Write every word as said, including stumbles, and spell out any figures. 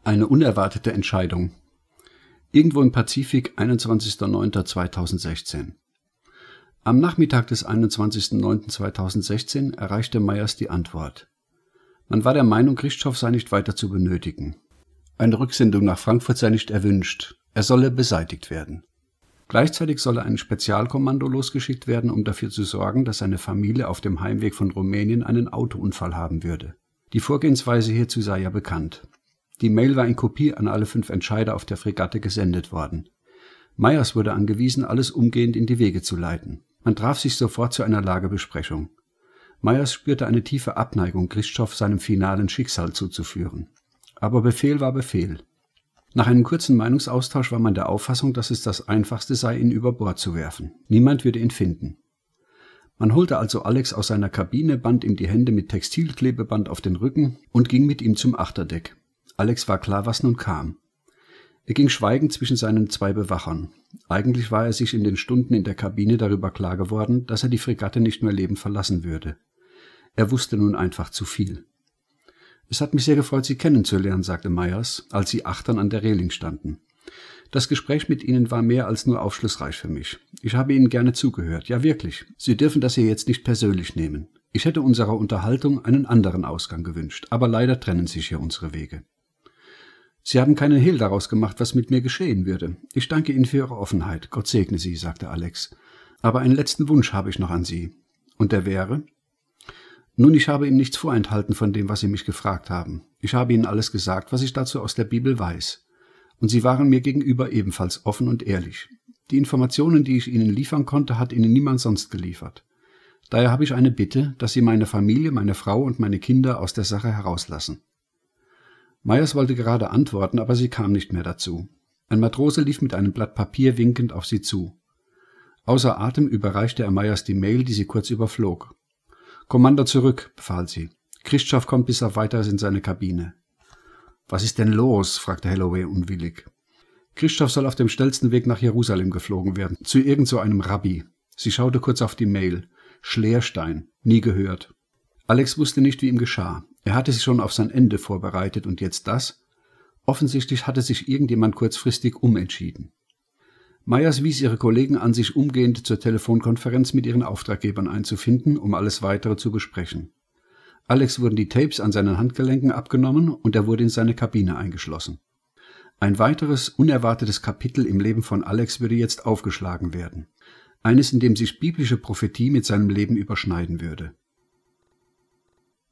Eine unerwartete Entscheidung. Irgendwo im Pazifik, einundzwanzigster neunter zweitausendsechzehn. Am Nachmittag des einundzwanzigster neunter zweitausendsechzehn erreichte Meyers die Antwort. Man war der Meinung, Christoph sei nicht weiter zu benötigen. Eine Rücksendung nach Frankfurt sei nicht erwünscht. Er solle beseitigt werden. Gleichzeitig solle ein Spezialkommando losgeschickt werden, um dafür zu sorgen, dass seine Familie auf dem Heimweg von Rumänien einen Autounfall haben würde. Die Vorgehensweise hierzu sei ja bekannt. Die Mail war in Kopie an alle fünf Entscheider auf der Fregatte gesendet worden. Meyers wurde angewiesen, alles umgehend in die Wege zu leiten. Man traf sich sofort zu einer Lagebesprechung. Meyers spürte eine tiefe Abneigung, Christoph seinem finalen Schicksal zuzuführen. Aber Befehl war Befehl. Nach einem kurzen Meinungsaustausch war man der Auffassung, dass es das Einfachste sei, ihn über Bord zu werfen. Niemand würde ihn finden. Man holte also Alex aus seiner Kabine, band ihm die Hände mit Textilklebeband auf den Rücken und ging mit ihm zum Achterdeck. Alex war klar, was nun kam. Er ging schweigend zwischen seinen zwei Bewachern. Eigentlich war er sich in den Stunden in der Kabine darüber klar geworden, dass er die Fregatte nicht mehr lebend verlassen würde. Er wusste nun einfach zu viel. »Es hat mich sehr gefreut, Sie kennenzulernen«, sagte Meyers, als sie achtern an der Reling standen. »Das Gespräch mit Ihnen war mehr als nur aufschlussreich für mich. Ich habe Ihnen gerne zugehört. Ja, wirklich. Sie dürfen das hier jetzt nicht persönlich nehmen. Ich hätte unserer Unterhaltung einen anderen Ausgang gewünscht, aber leider trennen sich hier unsere Wege. Sie haben keinen Hehl daraus gemacht, was mit mir geschehen würde. Ich danke Ihnen für Ihre Offenheit. Gott segne Sie«, sagte Alex. »Aber einen letzten Wunsch habe ich noch an Sie. Und der wäre?« »Nun, ich habe Ihnen nichts vorenthalten von dem, was Sie mich gefragt haben. Ich habe Ihnen alles gesagt, was ich dazu aus der Bibel weiß. Und Sie waren mir gegenüber ebenfalls offen und ehrlich. Die Informationen, die ich Ihnen liefern konnte, hat Ihnen niemand sonst geliefert. Daher habe ich eine Bitte, dass Sie meine Familie, meine Frau und meine Kinder aus der Sache herauslassen.« Meyers wollte gerade antworten, aber sie kam nicht mehr dazu. Ein Matrose lief mit einem Blatt Papier winkend auf sie zu. Außer Atem überreichte er Meyers die Mail, die sie kurz überflog. »Kommando zurück«, befahl sie. »Christoph kommt bis auf Weiteres in seine Kabine.« »Was ist denn los?«, fragte Holloway unwillig. »Christoph soll auf dem schnellsten Weg nach Jerusalem geflogen werden, zu irgend so einem Rabbi.« Sie schaute kurz auf die Mail. Schleerstein, nie gehört. Alex wusste nicht, wie ihm geschah. Er hatte sich schon auf sein Ende vorbereitet und jetzt das? Offensichtlich hatte sich irgendjemand kurzfristig umentschieden. Meyers wies ihre Kollegen an, sich umgehend zur Telefonkonferenz mit ihren Auftraggebern einzufinden, um alles Weitere zu besprechen. Alex wurden die Tapes an seinen Handgelenken abgenommen und er wurde in seine Kabine eingeschlossen. Ein weiteres, unerwartetes Kapitel im Leben von Alex würde jetzt aufgeschlagen werden. Eines, in dem sich biblische Prophetie mit seinem Leben überschneiden würde.